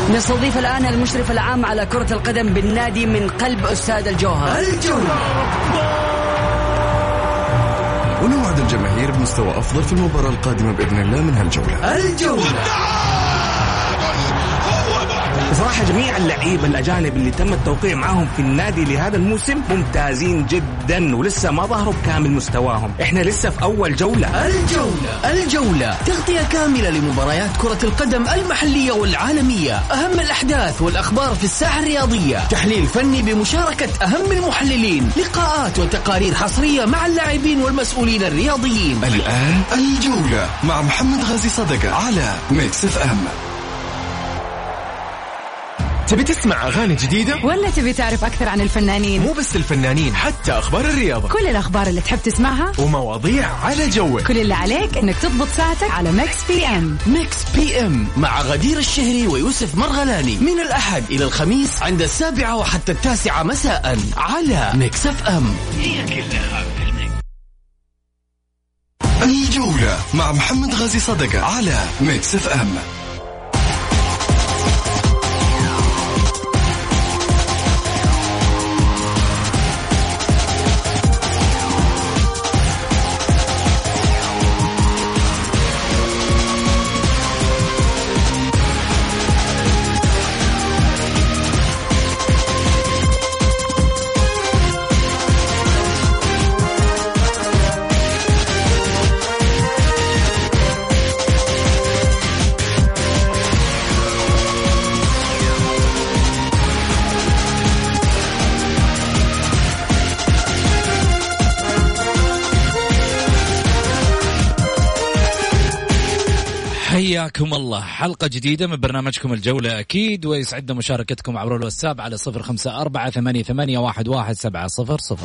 نستضيف الآن المشرف العام على كرة القدم بالنادي من قلب أستاذ الجوهر. الجولة. ونوعد الجماهير بمستوى أفضل في المباراة القادمة بإذن الله من هالجولة. الجولة. بصراحة جميع اللعيبة الأجانب اللي تم التوقيع معهم في النادي لهذا الموسم ممتازين جدا ولسه ما ظهروا بكامل مستواهم. احنا لسه في أول جولة. الجولة تغطية كاملة لمباريات كرة القدم المحلية والعالمية، أهم الأحداث والأخبار في الساحة الرياضية، تحليل فني بمشاركة أهم المحللين، لقاءات وتقارير حصرية مع اللاعبين والمسؤولين الرياضيين. الآن الجولة مع محمد غازي صدقة على ميكس اف ام. تبي تسمع أغاني جديدة؟ ولا تبي تعرف أكثر عن الفنانين؟ مو بس الفنانين، حتى أخبار الرياضة، كل الأخبار اللي تحب تسمعها ومواضيع على جوك. كل اللي عليك إنك تضبط ساعتك على ميكس بي ام. ميكس بي ام مع غدير الشهري ويوسف مرغلاني من الأحد إلى الخميس عند 7 وحتى 9 مساء على ميكس اف ام. هي كلها في الميكس. الجولة مع محمد غازي صدقة على ميكس اف ام. حياكم الله، حلقة جديدة من برنامجكم الجولة أكيد، ويسعدنا مشاركتكم عبر الواتساب على 0548811700.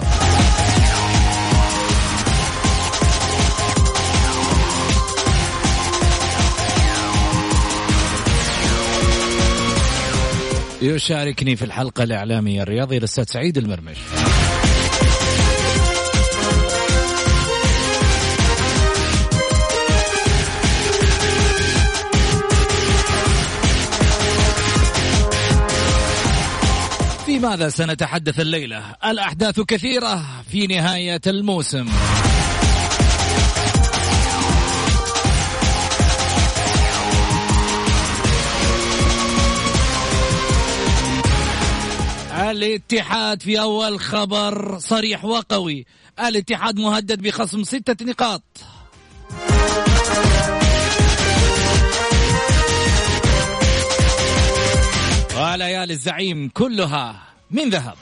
يشاركني في الحلقة الإعلامية الرياضي الأستاذ سعيد المرمش. في ماذا سنتحدث الليلة؟ الأحداث كثيرة في نهاية الموسم. الاتحاد في أول خبر صريح وقوي، الاتحاد مهدد بخصم 6 نقاط. وليالي الزعيم كلها من ذهب.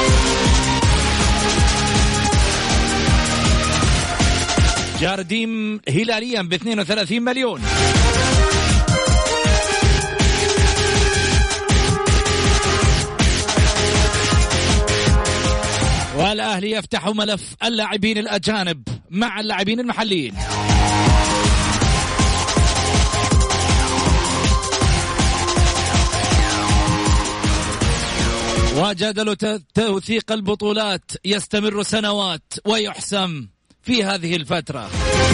جارديم هلاليا ب32 مليون. والأهلي يفتح ملف اللاعبين الأجانب مع اللاعبين المحليين. وجدل توثيق البطولات يستمر سنوات ويحسم في هذه الفترة.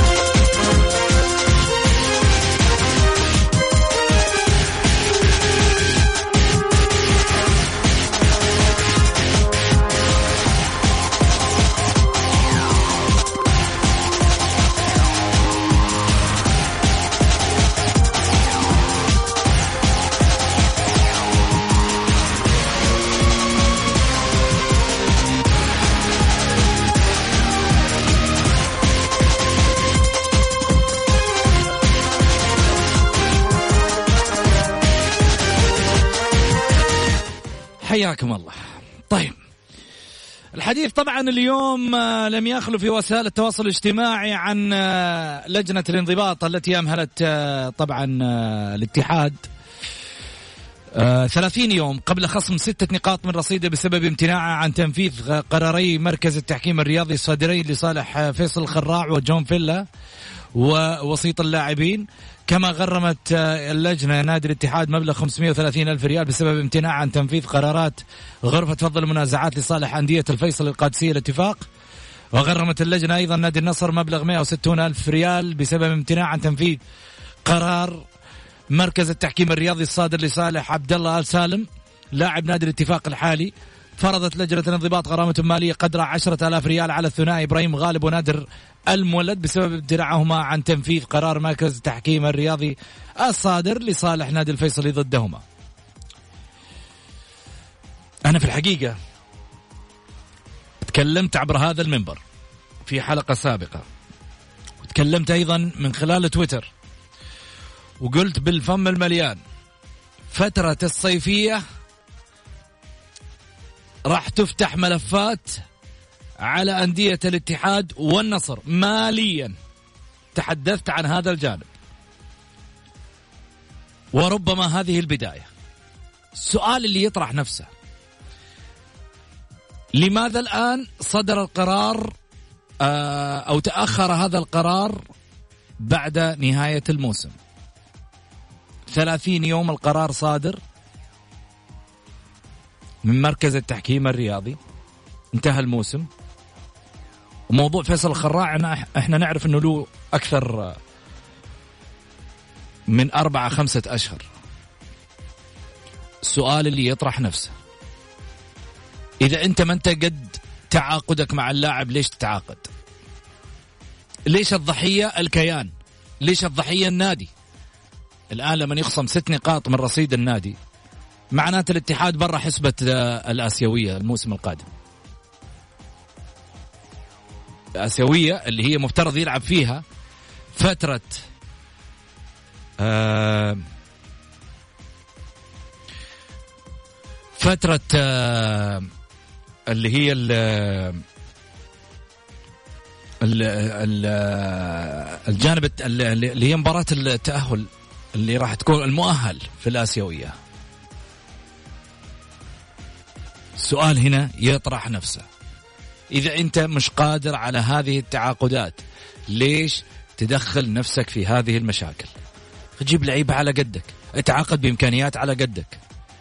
حياكم الله. طيب، الحديث طبعا اليوم لم يخلو في وسائل التواصل الاجتماعي عن لجنة الانضباط التي أمهلت طبعا الاتحاد 30 يوم قبل خصم 6 نقاط من رصيده بسبب امتناعه عن تنفيذ قراري مركز التحكيم الرياضي الصادرين لصالح فيصل الخراع وجون فيلا ووسيط اللاعبين. كما غرمت اللجنة نادي الاتحاد مبلغ 530,000 ريال بسبب امتناع عن تنفيذ قرارات غرفة فض المنازعات لصالح أندية الفيصل القادسية الاتفاق. وغرمت اللجنة أيضا نادي النصر مبلغ 160,000 ريال بسبب امتناع عن تنفيذ قرار مركز التحكيم الرياضي الصادر لصالح عبد الله آل سالم لاعب نادي الاتفاق الحالي، فرضت لجنة الانضباط غرامة مالية قدرها 10,000 ريال على الثنائي إبراهيم غالب ونادر المولد بسبب امتناعهما عن تنفيذ قرار مركز التحكيم الرياضي الصادر لصالح نادي الفيصلي ضدهما. أنا في الحقيقة تكلمت عبر هذا المنبر في حلقة سابقة، وتكلمت أيضا من خلال تويتر، وقلت بالفم المليان فترة الصيفية راح تفتح ملفات على أندية الاتحاد والنصر ماليا. تحدثت عن هذا الجانب، وربما هذه البداية. السؤال اللي يطرح نفسه، لماذا الآن صدر القرار أو تأخر هذا القرار بعد نهاية الموسم؟ 30 يوم القرار صادر من مركز التحكيم الرياضي، انتهى الموسم. وموضوع فيصل الخراع احنا نعرف انه له اكثر من 4-5 أشهر. السؤال اللي يطرح نفسه، اذا انت ما انت قد تعاقدك مع اللاعب ليش تتعاقد؟ ليش الضحية الكيان؟ ليش الضحية النادي؟ الآن لما يخصم 6 نقاط من رصيد النادي معناته الاتحاد برا حسبة الآسيوية الموسم القادم. الآسيوية اللي هي مفترض يلعب فيها فترة اللي هي الجانب اللي هي مباراة التأهل اللي راح تكون المؤهل في الآسيوية. السؤال هنا يطرح نفسه، إذا أنت مش قادر على هذه التعاقدات ليش تدخل نفسك في هذه المشاكل؟ تجيب لعيبة على قدك، اتعاقد بإمكانيات على قدك.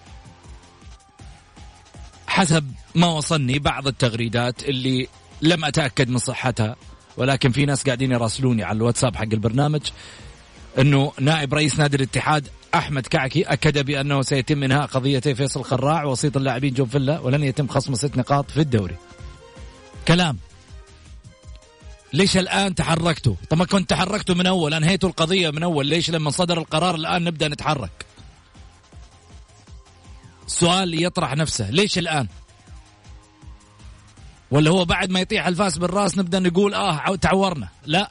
حسب ما وصلني بعض التغريدات اللي لم أتأكد من صحتها، ولكن في ناس قاعدين يراسلوني على الواتساب حق البرنامج أنه نائب رئيس نادي الاتحاد أحمد كعكي أكد بأنه سيتم إنهاء قضيتي فيصل الخراع ووسيط اللاعبين جون فيلا، ولن يتم خصم 6 نقاط في الدوري. كلام. ليش الآن تحركتوا؟ طب ما كنت تحركتوا من أول، أنهيتوا القضية من أول، ليش لما صدر القرار الآن نبدأ نتحرك؟ سؤال يطرح نفسه، ليش الآن؟ ولا هو بعد ما يطيح الفاس بالراس نبدأ نقول تعورنا؟ لا،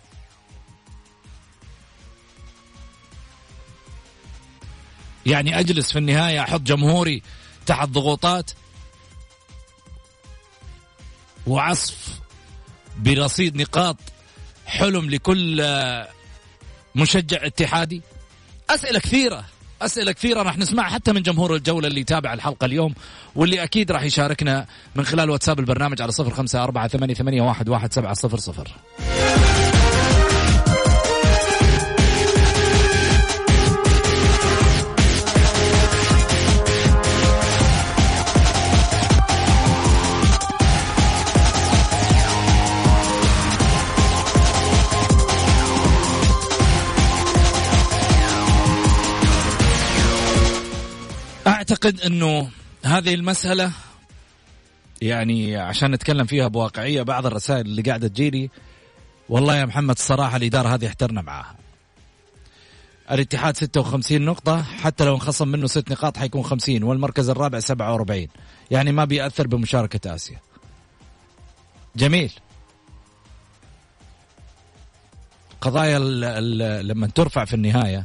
يعني أجلس في النهاية أحط جمهوري تحت ضغوطات وعصف برصيد نقاط حلم لكل مشجع اتحادي؟ أسئلة كثيرة راح نسمعها حتى من جمهور الجولة اللي يتابع الحلقة اليوم، واللي أكيد راح يشاركنا من خلال واتساب البرنامج على 0548811700. أعتقد أنه هذه المسألة يعني عشان نتكلم فيها بواقعية، بعض الرسائل اللي قاعدة تجيلي والله يا محمد الصراحة الإدارة هذه احترنا معاها. الاتحاد 56 نقطة، حتى لو انخصم منه 6 نقاط حيكون 50، والمركز الرابع 47، يعني ما بيأثر بمشاركة آسيا. جميل. قضايا لما ترفع في النهاية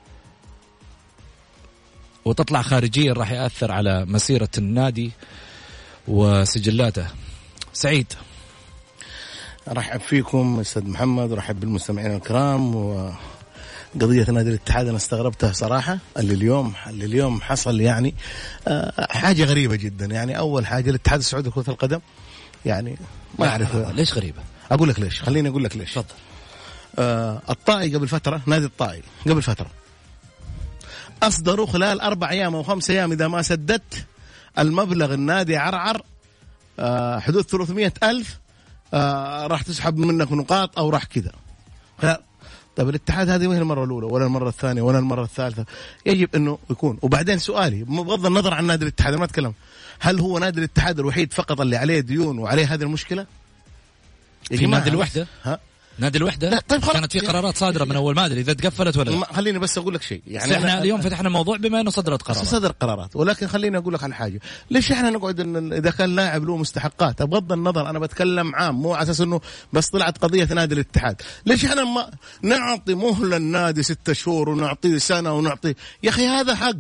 وتطلع خارجيا راح يأثر على مسيرة النادي وسجلاته. سعيد، رحب فيكم أستاذ محمد، ورحب بالمستمعين الكرام. وقضية نادي الاتحاد أنا استغربتها صراحة، اللي اليوم حصل يعني حاجة غريبة جدا. يعني أول حاجة الاتحاد السعودي لكرة القدم يعني ما أعرف ليش غريبة. أقول لك ليش، خليني أقول لك ليش. تفضل. الطائي قبل فترة، نادي الطائي قبل فترة أصدروا خلال 4 أيام أو 5 أيام إذا ما سددت المبلغ النادي عرعر حدود 300,000 راح تسحب منك نقاط أو راح كذا. طيب الاتحاد هذه ما هي المرة الأولى ولا المرة الثانية ولا المرة الثالثة، يجب أنه يكون. وبعدين سؤالي بغض النظر عن نادي الاتحاد، ما أتكلم، هل هو نادي الاتحاد الوحيد فقط اللي عليه ديون وعليه هذه المشكلة؟ في نادي الوحدة؟ نادي الوحدة طيب كانت في قرارات صادرة من أول ما أدري إذا تقفلت ولا لا. خليني بس أقول لك شيء، يعني احنا اليوم فتحنا موضوع بما أنه صدرت قرارات، ولكن خليني أقول لك على حاجة. ليش احنا نقعد إن إذا كان لاعب له مستحقات، بغض النظر أنا بتكلم عام، مو على أساس إنه بس طلعت قضية نادي الاتحاد، ليش احنا ما نعطي مهلة النادي 6 شهور ونعطيه سنة ونعطيه؟ يا أخي هذا حق،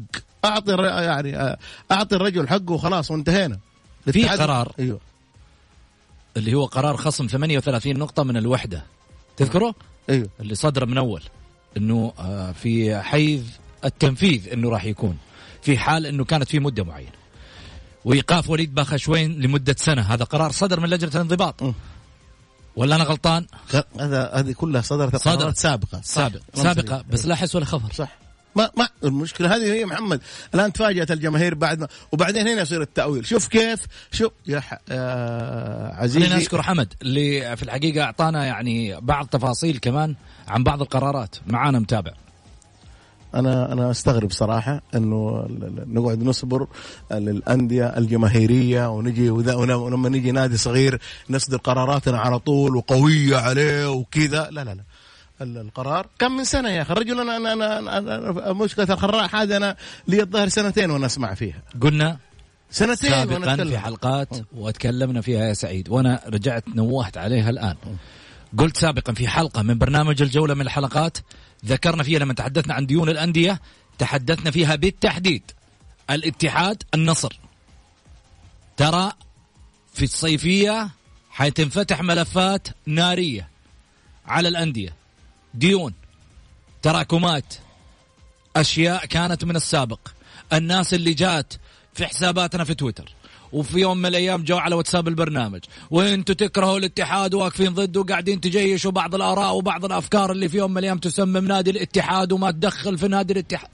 أعطي الرجل حقه وخلاص وانتهينا. في قرار أيوه اللي هو قرار خصم 38 نقطة من الوحدة، تذكره؟ أيوه اللي صدر من أول إنه في حيز التنفيذ إنه راح يكون في حال إنه كانت في مدة معينة، وإيقاف وليد باخشوين لمدة سنة. هذا قرار صدر من لجنة الانضباط ولا أنا غلطان؟ هذه كلها صدرت سابقة بس لا حس ولا خبر. صح. ما المشكلة هذه هي محمد. الآن تفاجأت الجماهير بعد ما، وبعدين هنا يصير التأويل. شوف كيف، شوف يا عزيزي، خلينا نشكر حمد اللي في الحقيقة أعطانا يعني بعض تفاصيل كمان عن بعض القرارات. معانا متابع. أنا أستغرب صراحة إنه نقعد نصبر للأندية الجماهيرية ونجي ولما نجي نادي صغير نصدر قراراتنا على طول وقوية عليه وكذا. لا القرار كم من سنة يا أخي الرجل. أنا مشكلة الخراء هذا أنا لي الظاهر 2 وأنا أسمع فيها. قلنا 2 سابقا في حلقات واتكلمنا فيها يا سعيد، وأنا رجعت نوهت عليها الآن. قلت سابقا في حلقة من برنامج الجولة من الحلقات ذكرنا فيها لما تحدثنا عن ديون الأندية، تحدثنا فيها بالتحديد الاتحاد النصر. ترى في الصيفية حيتنفتح ملفات نارية على الأندية، ديون، تراكمات، أشياء كانت من السابق، الناس اللي جات في حساباتنا في تويتر وفي يوم من الأيام جو على واتساب البرنامج وانتوا تكرهوا الاتحاد واقفين ضده وقاعدين تجيشوا بعض الآراء وبعض الأفكار اللي في يوم من الأيام تسمم نادي الاتحاد وما تدخل في نادي الاتحاد.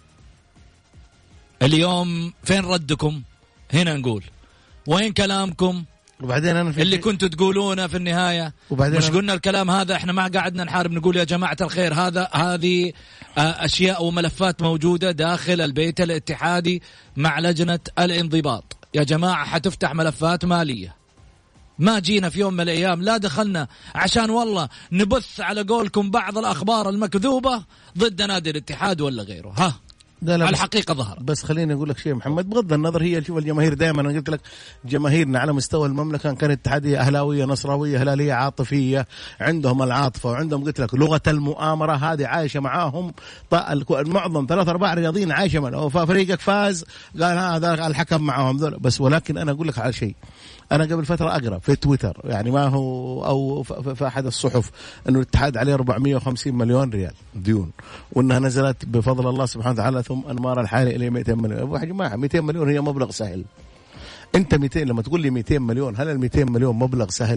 اليوم فين ردكم؟ هنا نقول وين كلامكم؟ وبعدين أنا اللي كنتوا تقولونه في النهاية مش قلنا الكلام هذا؟ احنا ما قاعدنا نحارب نقول يا جماعة الخير هذه أشياء وملفات موجودة داخل البيت الاتحادي مع لجنة الانضباط. يا جماعة حتفتح ملفات مالية. ما جينا في يوم من الأيام لا دخلنا عشان والله نبث على قولكم بعض الأخبار المكذوبة ضد نادي الاتحاد ولا غيره. الحقيقة ظهر. بس خليني أقول لك شيء محمد، بغض النظر هي شوف الجماهير دائما أنا قلت لك جماهيرنا على مستوى المملكة كانت اتحادية أهلاوية نصراوية هلالية عاطفية، عندهم العاطفة وعندهم قلت لك لغة المؤامرة هذه عايشة معاهم. معظم 3-4 رياضيين عايشة معهم، ففريقك فاز قال هذا الحكم معهم ذول بس. ولكن أنا أقول لك على شيء، أنا قبل فترة أقرأ في تويتر يعني ما هو أو في أحد الصحف إنه الاتحاد عليه 450 مليون ريال ديون، وإنها نزلت بفضل الله سبحانه وتعالى ثم أنمار الحالة إلى 200 مليون. يا جماعة 200 مليون هي مبلغ سهل. أنت 200 لما تقول لي 200 مليون، هل ال 200 مليون مبلغ سهل؟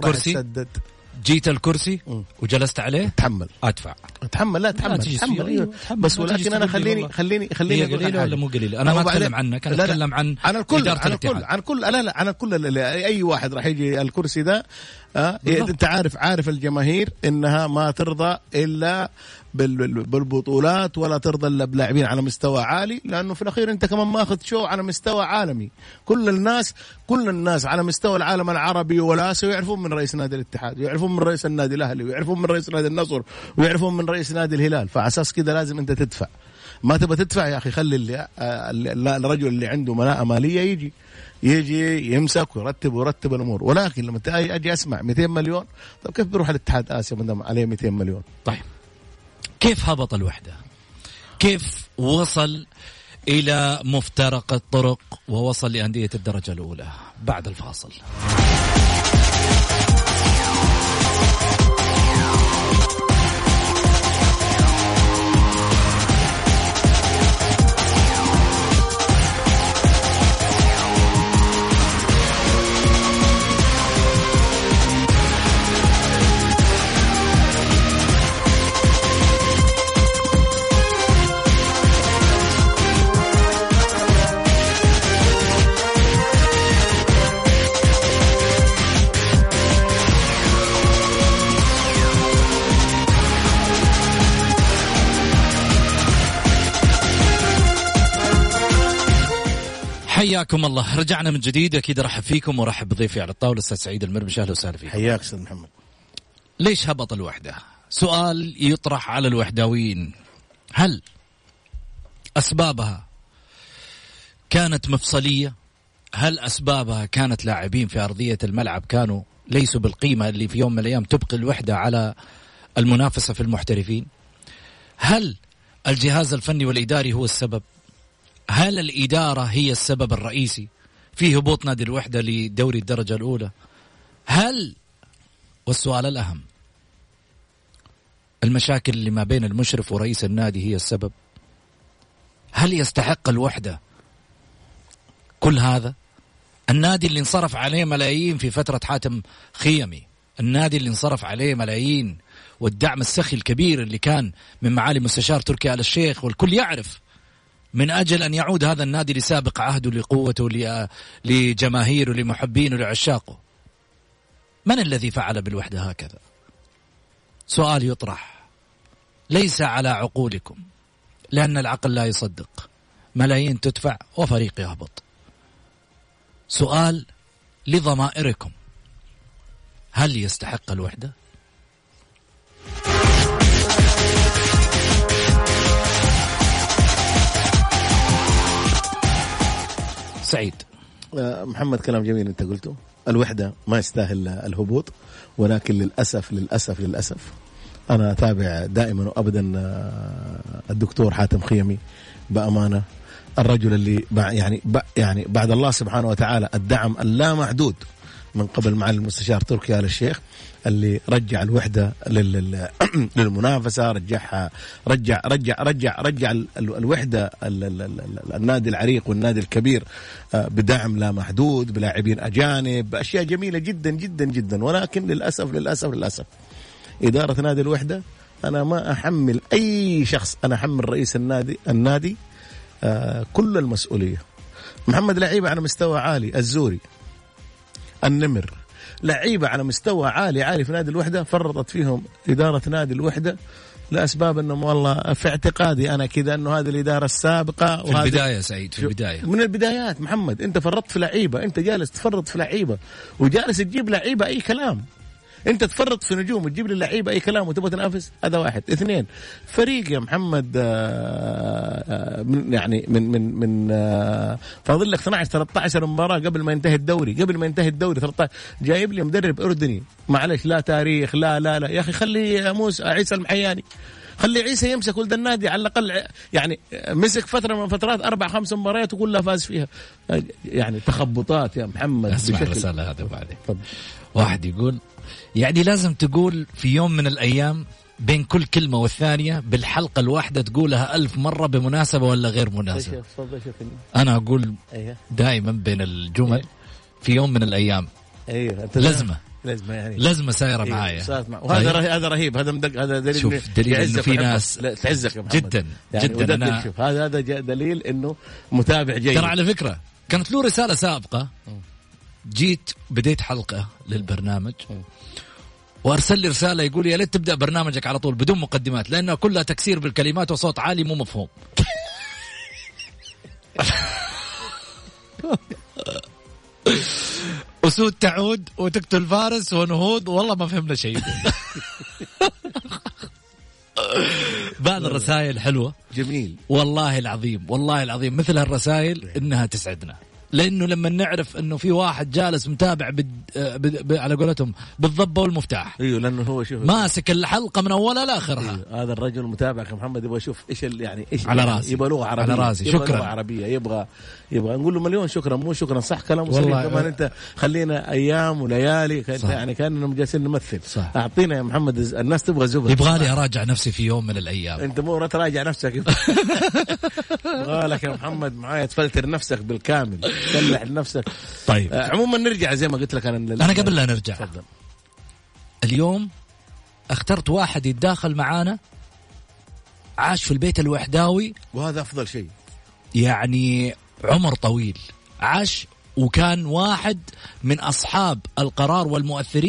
جيت الكرسي وجلست عليه تحمل أدفع لا تحمل بس. ولكن أنا خليني قليلة ولا مو قليلة؟ أنا ما أتكلم عنك، أنا أتكلم عن عن الكل أي واحد راح يجي الكرسي ده. أنت عارف الجماهير إنها ما ترضى إلا بالبطولات ولا ترضى إلا بلاعبين على مستوى عالي، لأنه في الأخير أنت كمان ماخذ شو على مستوى عالمي. كل الناس على مستوى العالم العربي والآسيوي يعرفون من رئيس نادي الاتحاد، ويعرفون من رئيس النادي الأهلي، ويعرفون من رئيس نادي النصر، ويعرفون من رئيس نادي الهلال. فعساس كده لازم أنت تدفع. ما تبى تدفع يا أخي خلي الرجل اللي عنده مناعة مالية يجي يمسك ويرتب الأمور. ولكن لما أجي أسمع 200 مليون، طب كيف بيروح الاتحاد آسيا مدام عليه 200 مليون؟ طيب كيف هبط الوحدة؟ كيف وصل إلى مفترق الطرق ووصل لأندية الدرجة الأولى؟ بعد الفاصل. حياكم الله، رجعنا من جديد. أكيد رحب فيكم ورحب بضيفي على الطاولة أستاذ سعيد المرمش. أهلا وسهلا فيكم. حياك أستاذ محمد. ليش هبط الوحدة؟ سؤال يطرح على الوحداويين. هل أسبابها كانت مفصلية؟ هل أسبابها كانت لاعبين في أرضية الملعب كانوا ليسوا بالقيمة اللي في يوم من الأيام تبقي الوحدة على المنافسة في المحترفين؟ هل الجهاز الفني والإداري هو السبب؟ هل الإدارة هي السبب الرئيسي في هبوط نادي الوحدة لدوري الدرجة الأولى؟ هل، والسؤال الأهم، المشاكل اللي ما بين المشرف ورئيس النادي هي السبب؟ هل يستحق الوحدة كل هذا؟ النادي اللي انصرف عليه ملايين في فترة حاتم خيمي، النادي اللي انصرف عليه ملايين والدعم السخي الكبير اللي كان من معالي مستشار تركي آل الشيخ، والكل يعرف، من أجل أن يعود هذا النادي لسابق عهده، لقوته، لجماهيره، لمحبينه، لعشاقه. من الذي فعل بالوحدة هكذا؟ سؤال يطرح ليس على عقولكم، لأن العقل لا يصدق. ملايين تدفع وفريق يهبط. سؤال لضمائركم، هل يستحق الوحدة؟ سعيد. محمد، كلام جميل انت قلته. الوحدة ما يستاهل الهبوط، ولكن للأسف أنا أتابع دائما وأبدا الدكتور حاتم خيمي بأمانة، الرجل اللي يعني بعد الله سبحانه وتعالى الدعم اللا محدود من قبل معالي المستشار تركي آل الشيخ، اللي رجع الوحدة للمنافسة، رجع الوحدة النادي العريق والنادي الكبير بدعم لا محدود، بلاعبين أجانب، بأشياء جميلة جدا جدا جدا. ولكن للأسف إدارة نادي الوحدة، أنا ما أحمل أي شخص، أنا أحمل رئيس النادي كل المسؤولية. محمد لعيبة على مستوى عالي، الزوري، النمر، لعيبة على مستوى عالي في نادي الوحدة، فرطت فيهم إدارة نادي الوحدة لأسباب أنهم والله في اعتقادي أنا كذا أنه هذه الإدارة السابقة في البداية سعيد، في البداية من البدايات محمد أنت فرطت في لعيبة، أنت جالس تفرط في لعيبة وجالس تجيب لعيبة أي كلام، أنت تفرط في نجوم وتجيب لي لعيبة أي كلام وتبغى تنافس. هذا واحد. اثنين، فريق يا محمد يعني من فاضل لك 12-13 مباراة قبل ما ينتهي الدوري 13 جايب لي مدرب أردني، معلش لا تاريخ لا يا أخي، خلي عيسى المحياني، خلي عيسى يمسك ولد النادي على الأقل، يعني مسك فترة من فترات 4-5 مباريات وكلها فاز فيها. يعني تخبطات يا محمد. اسمع الرسالة هذا بعدين. واحد يقول يعني لازم تقول في يوم من الأيام بين كل كلمة والثانية بالحلقة الواحدة تقولها 1000 مرة بمناسبة ولا غير مناسبة. أنا أقول دائما بين الجمل في يوم من الأيام لازمة سايرة معايا. وهذا رهيب، هذا دليل، شوف دليل إنه في ناس تعزك يا محمد جدا يعني جدا. أنا شوف هذا دليل إنه متابع جيد. ترى على فكرة كانت له رسالة سابقة، جيت بديت حلقة للبرنامج وأرسل لي رسالة يقول يا ليت تبدأ برنامجك على طول بدون مقدمات، لأنها كلها تكسير بالكلمات وصوت عالي مو مفهوم. أسود تعود وتقتل فارس ونهوض، والله ما فهمنا شيء. بعض الرسائل حلوة جميل، والله العظيم مثل هالرسائل إنها تسعدنا، لأنه لما نعرف إنه في واحد جالس متابع على قولتهم بالضبة والمفتاح. أيوه، لأنه هو شوف ماسك الحلقة من أولها لآخرها. أيوه، هذا الرجل المتابع يا محمد يبغى يشوف إيش يعني إيش على راسي، يبغى لغة عربية، على راسي. شكرا. لغة عربية يبغى نقول له مليون شكرا، مو شكرا، صح كلام سليم. كمان أنت خلينا أيام وليالي يعني كأننا جالسين نمثل. صح. أعطينا يا محمد، الناس تبغى زبدة. يبغالي أراجع نفسي في يوم من الأيام. أنت مو تراجع نفسك. يبغالك يا محمد معايا تفلتر نفسك بالكامل، تسلح نفسك. طيب عموما نرجع زي ما قلت لك أنا قبل لا نرجع فضل. اليوم اخترت واحد يتداخل معانا، عاش في البيت الوحداوي، وهذا أفضل شيء، يعني عمر طويل عاش، وكان واحد من أصحاب القرار والمؤثرين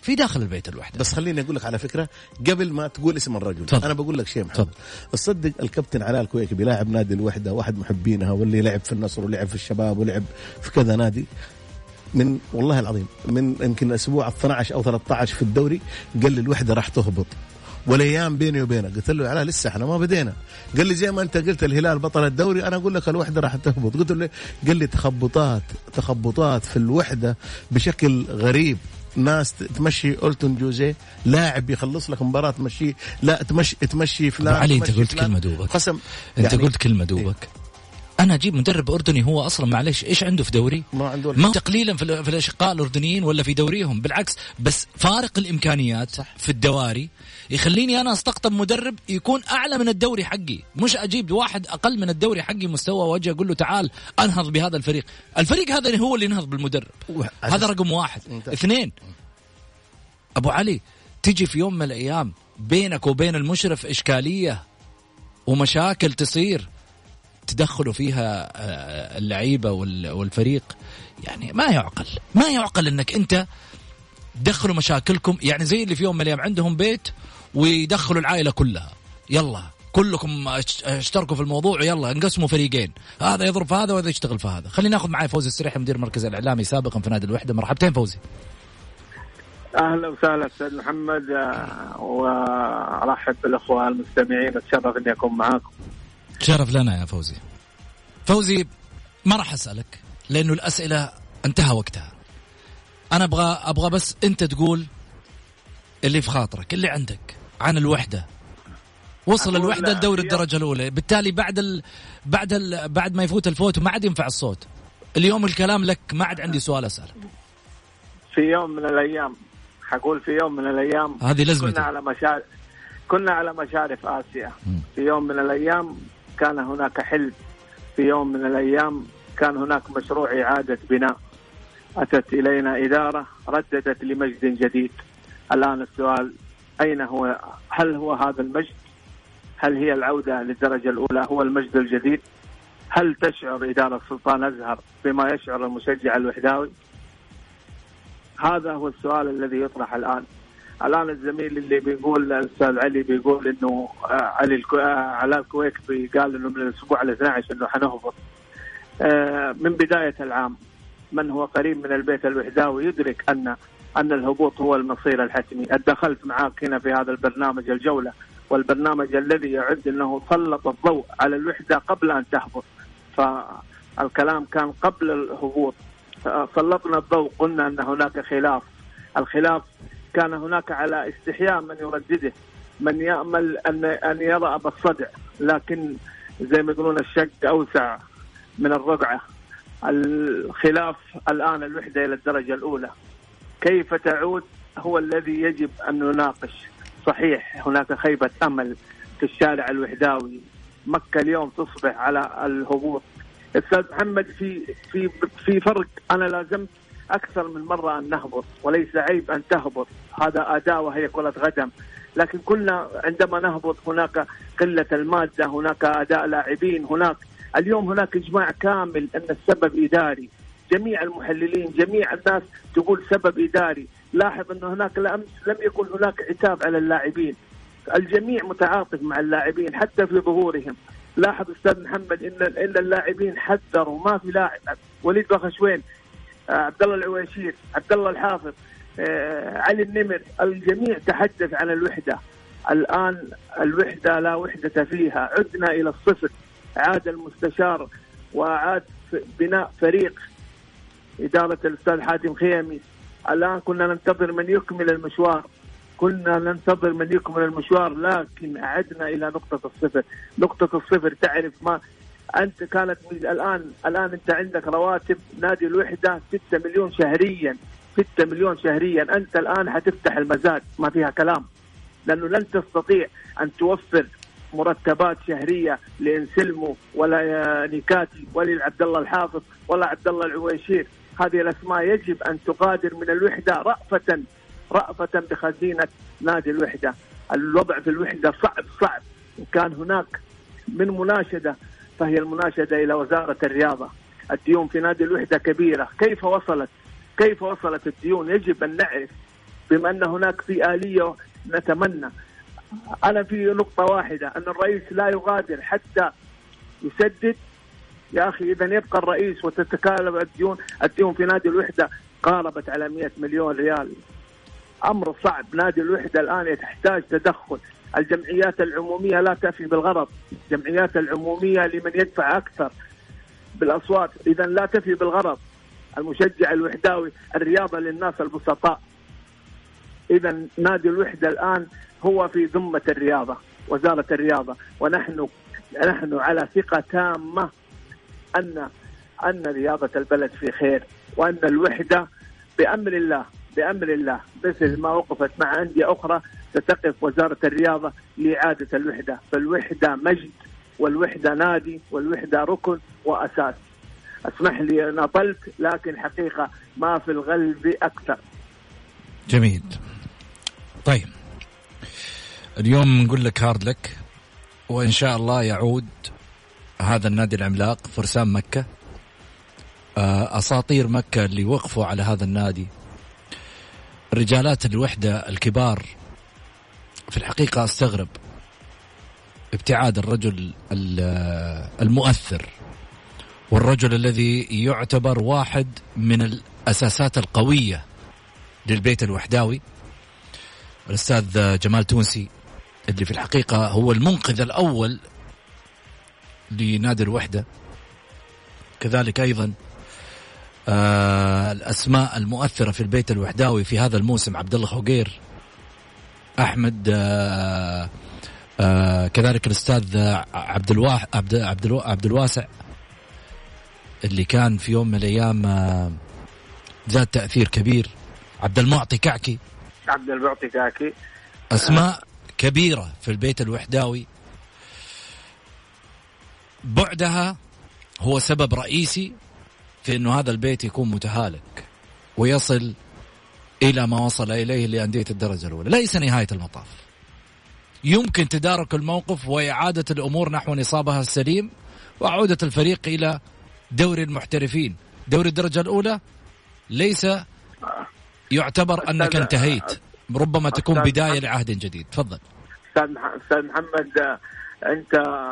في داخل البيت الوحدة. بس خليني أقول لك على فكرة قبل ما تقول اسم الرجل. فضل. أنا بقول لك شيء محمد، تصدق الكابتن علاء الكويكي بيلاعب نادي الوحدة، واحد محبينها، واللي لعب في النصر ولعب في الشباب ولعب في كذا نادي، من والله العظيم من يمكن الأسبوع 12 أو 13 في الدوري قال لي الوحدة راح تهبط، والايام بيني وبينه قلت له علاء لسه احنا ما بدينا. قال لي زي ما انت قلت الهلال بطل الدوري، انا اقول لك الوحده راح تهبط. قلت له قال لي تخبطات في الوحده بشكل غريب، ناس تمشي أولتون جوزيه لاعب يخلص لك مباراة تمشي، لا تمشي فلان. علي انت قلت كلمة دوبك، قسم انت يعني قلت كلمة دوبك. انا اجيب مدرب اردني هو اصلا معلش ايش عنده في دوري؟ ما تقليلا في الاشقاء الاردنيين ولا في دوريهم، بالعكس، بس فارق الامكانيات صح. في الدواري يخليني انا استقطب مدرب يكون اعلى من الدوري حقي، مش اجيب واحد اقل من الدوري حقي مستوى واجي اقول له تعال انهض بهذا الفريق هذا هو اللي ينهض بالمدرب. هذا رقم واحد. اثنين، ابو علي تيجي في يوم من الايام بينك وبين المشرف اشكاليه ومشاكل تصير تدخلوا فيها اللعيبة والفريق، يعني ما يعقل انك انت تدخلوا مشاكلكم، يعني زي اللي في يوم من الايام عندهم بيت ويدخلوا العائلة كلها، يلا كلكم اشتركوا في الموضوع ويلا انقسموا فريقين، هذا يضرب في هذا وهذا يشتغل في هذا. خلينا ناخذ معي فوزي السريحي مدير مركز الاعلامي سابقا في نادي الوحدة. مرحبتين فوزي. اهلا وسهلا استاذ محمد، وارحب بالاخوه المستمعين، اتشرف اني اكون معاكم. شرف لنا يا فوزي. ما راح أسألك لأنه الأسئلة انتهى وقتها. أنا أبغى بس أنت تقول اللي في خاطرك، اللي عندك عن الوحدة. وصل الوحدة لدوري الدرجة الأولى، بالتالي بعد ما يفوت الفوت ما عاد ينفع الصوت. اليوم الكلام لك، ما عاد عندي سؤال أسأل. في يوم من الأيام، حقول في يوم من الأيام، هذه لازمتي. كنا على مشارف آسيا. في يوم من الأيام كان هناك حلم، في يوم من الأيام كان هناك مشروع إعادة بناء، أتت إلينا إدارة رددت لمجد جديد. الآن السؤال أين هو؟ هل هو هذا المجد؟ هل هي العودة للدرجة الأولى هو المجد الجديد؟ هل تشعر إدارة سلطان أزهر بما يشعر المشجع الوحداوي؟ هذا هو السؤال الذي يطرح الآن. الزميل اللي بيقول الأستاذ علي بيقول إنه علاء الكويكي قال إنه من الأسبوع 12 إنه حنهبط. من بداية العام من هو قريب من البيت الوحداوي يدرك أن الهبوط هو المصير الحتمي. دخلت معك هنا في هذا البرنامج الجولة، والبرنامج الذي يعد أنه سلط الضوء على الوحدة قبل أن تهبط، فالكلام كان قبل الهبوط. سلطنا الضوء، قلنا أن هناك خلاف. الخلاف كان هناك على استحياء من يردده، من يأمل أن يضع بالصدع، لكن زي ما يقولون الشق أوسع من الرقعة. الخلاف الآن الوحدة إلى الدرجة الأولى، كيف تعود هو الذي يجب أن نناقش. صحيح هناك خيبة أمل في الشارع الوحداوي، مكة اليوم تصبح على الهبوط. أستاذ محمد، في فرق. أنا لازمت أكثر من مرة أن نهبط، وليس عيب أن تهبط، هذا أداء وهي كرة قدم. لكن كلنا عندما نهبط هناك قلة المادة، هناك أداء لاعبين، اليوم هناك إجماع كامل أن السبب إداري. جميع المحللين، جميع الناس تقول سبب إداري. لاحظ أن هناك لم يكن هناك عتاب على اللاعبين، الجميع متعاطف مع اللاعبين حتى في ظهورهم. لاحظ أستاذ محمد إن اللاعبين حذروا، ما في لاعب، وليد بخشوين، عبد الله العويشير، عبد الله الحافظ، علي النمر، الجميع تحدث عن الوحدة. الآن الوحدة لا وحدة فيها، عدنا إلى الصفر. عاد المستشار وعاد بناء فريق إدارة الأستاذ حاتم خيمي. الآن كنا ننتظر من يكمل المشوار، لكن عدنا إلى نقطة الصفر. تعرف ما أنت كانت الآن أنت عندك رواتب نادي الوحدة 6 مليون شهريا، 6 مليون شهريا. أنت الآن حتفتح المزاد، ما فيها كلام، لأنه لن تستطيع أن توفر مرتبات شهرية لإنسلمو ولا نيكاتي ولا عبد الله الحافظ ولا عبد الله العويشير. هذه الأسماء يجب أن تقادر من الوحدة رأفة بخزينة نادي الوحدة. الوضع في الوحدة صعب. كان هناك من مناشدة، فهي المناشدة إلى وزارة الرياضة. الديون في نادي الوحدة كبيرة. كيف وصلت الديون؟ يجب أن نعرف بما أن هناك في آلية نتمنى. أنا في نقطة واحدة، أن الرئيس لا يغادر حتى يسدد. يا أخي إذا يبقى الرئيس وتتكالب الديون في نادي الوحدة قاربت على 100 مليون ريال، أمر صعب. نادي الوحدة الآن تحتاج تدخل. الجمعيات العمومية لا تفي بالغرض، الجمعيات العمومية لمن يدفع أكثر بالأصوات، إذا لا تفي بالغرض. المشجع الوحداوي، الرياضة للناس البسطاء. إذا نادي الوحدة الآن هو في ذمة الرياضة، وزارة الرياضة، ونحن على ثقة تامة أن رياضة البلد في خير، وأن الوحدة بأمر الله مثل ما وقفت مع أندية أخرى ستقف وزارة الرياضة لإعادة الوحدة. فالوحدة مجد، والوحدة نادي، والوحدة ركن وأساس. اسمح لي أنا طلت، لكن حقيقة ما في الغلب أكثر. جميل. طيب اليوم نقول لك هارد لك، وإن شاء الله يعود هذا النادي العملاق فرسان مكة، أساطير مكة اللي وقفوا على هذا النادي، رجالات الوحدة الكبار. في الحقيقة أستغرب ابتعاد الرجل المؤثر، والرجل الذي يعتبر واحد من الأساسات القوية للبيت الوحداوي، الأستاذ جمال تونسي، اللي في الحقيقة هو المنقذ الأول لنادي الوحدة. كذلك أيضا الأسماء المؤثرة في البيت الوحداوي في هذا الموسم، عبد الله خوقير، أحمد، كذلك الأستاذ عبد الواسع اللي كان في يوم من الأيام ذات تأثير كبير، عبد المعطي كعكي، أسماء كبيرة في البيت الوحداوي. بعدها هو سبب رئيسي في أنه هذا البيت يكون متهالك ويصل إلى ما وصل إليه لأندية الدرجة الأولى. ليس نهاية المطاف، يمكن تدارك الموقف وإعادة الأمور نحو نصابها السليم، وعودة الفريق إلى دوري المحترفين. دوري الدرجة الأولى ليس يعتبر أنك انتهيت، ربما تكون بداية لعهد جديد. تفضل أستاذ محمد، أنت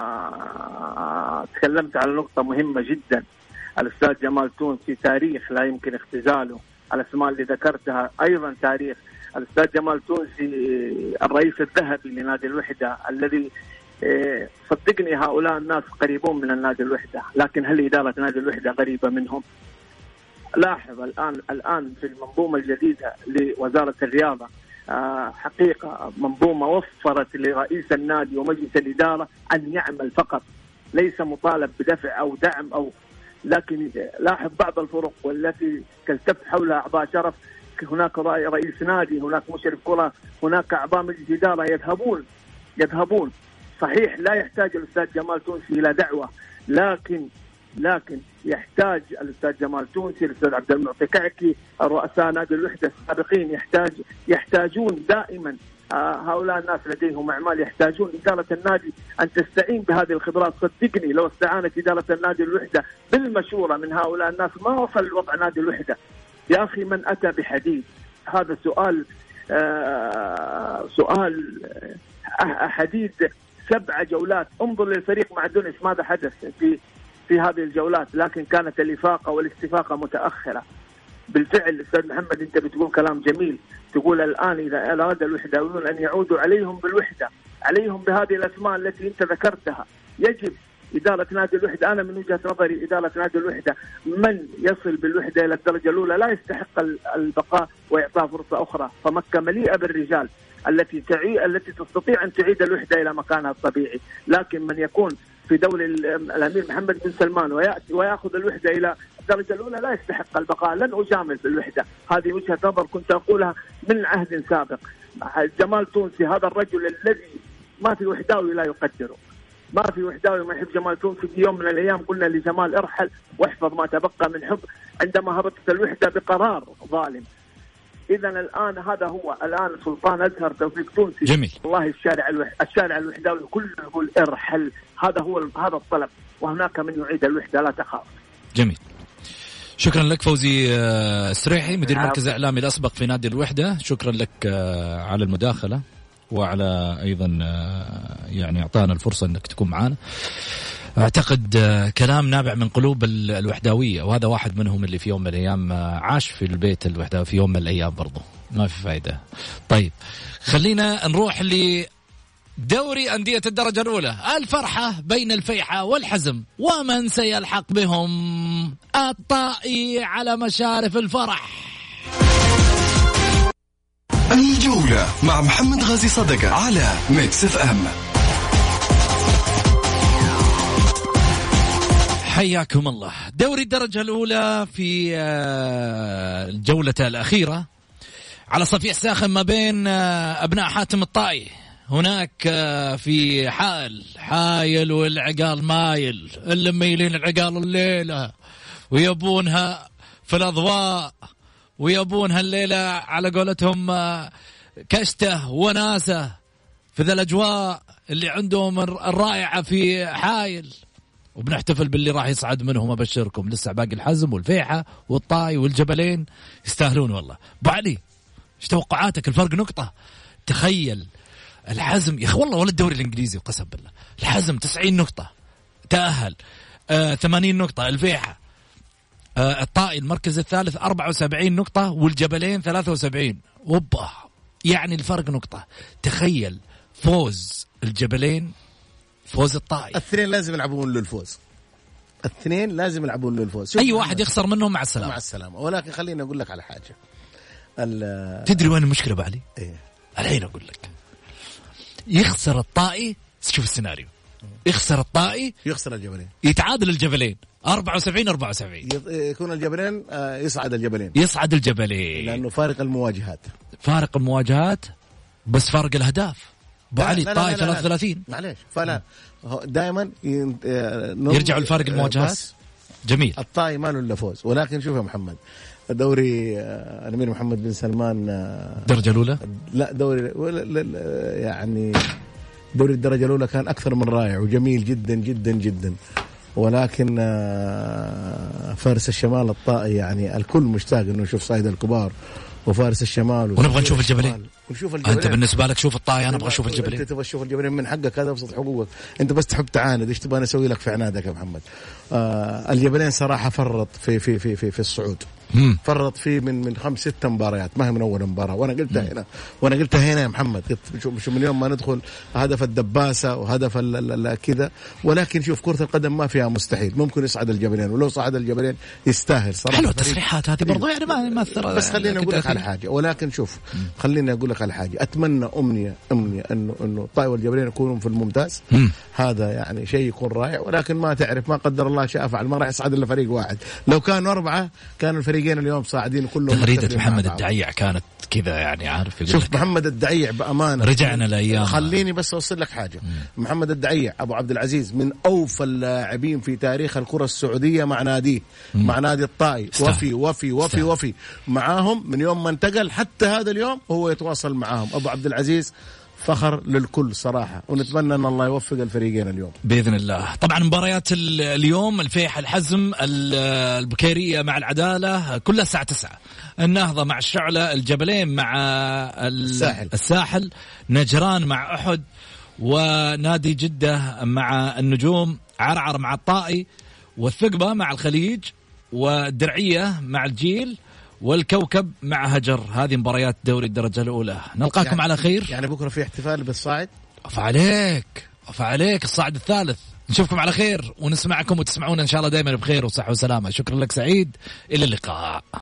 تكلمت على نقطة مهمة جدا. الأستاذ جمال تونسي تاريخ لا يمكن اختزاله. الأسماء اللي ذكرتها أيضا تاريخ. الأستاذ جمال تونسي الرئيس الذهبي لنادي الوحدة، الذي صدقني هؤلاء الناس قريبون من النادي الوحدة، لكن هل إدارة نادي الوحدة قريبة منهم؟ لاحظ الآن في المنظومة الجديدة لوزارة الرياضة، حقيقة منظومة وفرت لرئيس النادي ومجلس الإدارة أن يعمل فقط، ليس مطالب بدفع أو دعم لكن لاحظ بعض الفرق والتي تلتف حولها أعضاء شرف، هناك رئيس نادي، هناك مشرف كرة، هناك أعضاء مجلس إدارة يذهبون. صحيح لا يحتاج الأستاذ جمال تونسي إلى دعوة، لكن يحتاج الأستاذ جمال تونسي، الأستاذ عبد المعطي كعكي، رؤساء نادي الوحدة السابقين يحتاجون دائما. هؤلاء الناس لديهم أعمال، يحتاجون إدارة النادي أن تستعين بهذه الخبرات. صدقني لو استعانت إدارة النادي الوحدة بالمشورة من هؤلاء الناس ما وصل وضع نادي الوحدة. يا أخي من أتى بحديد؟ هذا سؤال حديد 7 جولات. انظر للفريق مع دونيس ماذا حدث في هذه الجولات، لكن كانت الإفاقة والاستفاقة متأخرة. بالفعل أستاذ محمد أنت بتقول كلام جميل، تقول الآن إذا أراد الوحداويون أن يعودوا عليهم بالوحدة، عليهم بهذه الأسماء التي أنت ذكرتها. يجب إدارة نادي الوحدة، أنا من وجهة نظري إدارة نادي الوحدة من يصل بالوحدة إلى الدرجة الأولى لا يستحق البقاء وإعطاء فرصة أخرى. فمكة مليئة بالرجال التي تستطيع أن تعيد الوحدة إلى مكانها الطبيعي، لكن من يكون في دولة الأمير محمد بن سلمان ويأتي ويأخذ الوحدة إلى الدرجة الأولى لا يستحق البقاء. لن أجامل في الوحدة، هذه وجهة نظر كنت أقولها من عهد سابق. جمال تونسي هذا الرجل الذي ما في وحداوي لا يقدره، ما في وحداوي ما يحب جمال تونسي. في يوم من الأيام قلنا لجمال ارحل واحفظ ما تبقى من حب، عندما هبطت الوحدة بقرار ظالم. إذا الآن هذا هو الآن سلطان أزهر توفيق تونسي. جميل. والله الشارع الوحداوي كله يقول ارحل، هذا الطلب، وهناك من يعيد الوحدة لا تخاف. جميل. شكرا لك فوزي السريحي مدير مركز إعلامي الأسبق في نادي الوحدة. شكرا لك على المداخلة وعلى أيضا يعني أعطانا الفرصة أنك تكون معنا. أعتقد كلام نابع من قلوب الوحداوية، وهذا واحد منهم اللي في يوم من الأيام عاش في البيت الوحداوي في يوم من الأيام برضو، ما في فايدة. طيب خلينا نروح لدوري أندية الدرجة الأولى. الفرحة بين الفيحة والحزم، ومن سيلحق بهم؟ الطائي على مشارف الفرح. الجولة مع محمد غازي صدقة على ميكس اف ام. حياكم الله. دوري الدرجة الأولى في الجولة الأخيرة على صفيح ساخن ما بين أبناء حاتم الطائي. هناك في حايل والعقال مايل، اللي ميلين العقال الليلة ويبونها في الأضواء ويبونها الليلة على قولتهم كشته وناسة في ذا الأجواء اللي عندهم الرائعة في حايل. وبنحتفل باللي راح يصعد منهم، أبشركم لسه باقي الحزم والفيحة والطاي والجبلين يستاهلون والله. أبو علي ايش توقعاتك؟ الفرق نقطة. تخيل الحزم يا أخي والله، ولا الدوري الإنجليزي وقسم بالله. الحزم 90 نقطة تأهل، 80 نقطة الفيحة. الطائي المركز الثالث 74 نقطة والجبلين 73. وبا يعني الفرق نقطة. تخيل فوز الجبلين فوز الطائي. الاثنين لازم يلعبون للفوز، الاثنين لازم يلعبون للفوز. أي واحد يخسر منهم مع السلامة. مع السلامة. ولكن خليني أقول لك على حاجة. تدري وين المشكلة بعلي؟ إيه؟ الحين أقول لك. يخسر الطائي، شوف السيناريو، يخسر الطائي يخسر الجبلين، يتعادل الجبلين 74 يكون الجبلين يصعد الجبلين لأنه فارق المواجهات بس فارق الأهداف. أبو علي الطائي 33. معليش فلا دائما يرجعوا الفارق المواجهات. جميل. الطائي ما له إلا فوز. ولكن شوف يا محمد، دوري الأمير محمد بن سلمان الدرجة الأولى، لا دوري يعني دوري الدرجة الأولى كان أكثر من رائع وجميل جدا جدا جدا. ولكن فارس الشمال الطائي يعني الكل مشتاق إنه يشوف صيد الكبار وفارس الشمال، ونبغى نشوف الجبلين. الجبلين. أنت بالنسبة لك شوف الطائي، أنا أبغى أشوف الجبلين. أنت تبغى تشوف الجبلين من حقك، هذا أبسط حقوقك. أنت بس تحب تعاند، إيش تبغى نسوي لك في عنادك يا محمد؟ الجبلين صراحة فرط في الصعود. فرط فيه من 5-6 مباريات، ما هي من أول مباراة. وأنا قلتها هنا يا محمد. شو من يوم ما ندخل هدف الدباسة وهدف كذا. ولكن شوف كرة القدم ما فيها مستحيل، ممكن يصعد الجبلين، ولو صعد الجبلين يستاهل صراحة. حلوة التصريحات هذه برضو يعني ما يمثل. بس خليني أقول لك على حاجة. ولكن شوف خليني أقول لك على حاجة. أتمنى أمنية إنه الطائي والجبلين يكونوا في الممتاز. هذا يعني شيء يكون رائع. ولكن ما تعرف، ما قدر الله شاء فعل، ما راح يصعد إلا فريق واحد. لو كانوا 4 كانوا الفريقين اليوم صاعدين كلهم. تغريدة محمد الدعيع كانت كذا يعني عارف. شوف محمد الدعيع بأمانة رجعنا لأيام. خليني بس أوصل لك حاجة. محمد الدعيع أبو عبد العزيز من أوفى اللاعبين في تاريخ الكرة السعودية مع ناديه، مع نادي الطائي. وفي معاهم من يوم ما انتقل حتى هذا اليوم هو يتواصل معاهم. أبو عبد العزيز فخر للكل صراحة، ونتمنى أن الله يوفق الفريقين اليوم بإذن الله. طبعا مباريات اليوم الفيحة الحزم، البكيرية مع العدالة كلها الساعة 9، النهضة مع الشعلة، الجبلين مع الساحل، نجران مع أحد، ونادي جدة مع النجوم، عرعر مع الطائي، والثقبة مع الخليج، والدرعية مع الجيل، والكوكب مع هجر. هذه مباريات دوري الدرجة الأولى. نلقاكم يعني على خير. يعني بكرة في احتفال بالصاعد. أف عليك الصاعد الثالث. نشوفكم على خير ونسمعكم وتسمعونا إن شاء الله دائما بخير وصحة وسلامة. شكرا لك سعيد، إلى اللقاء.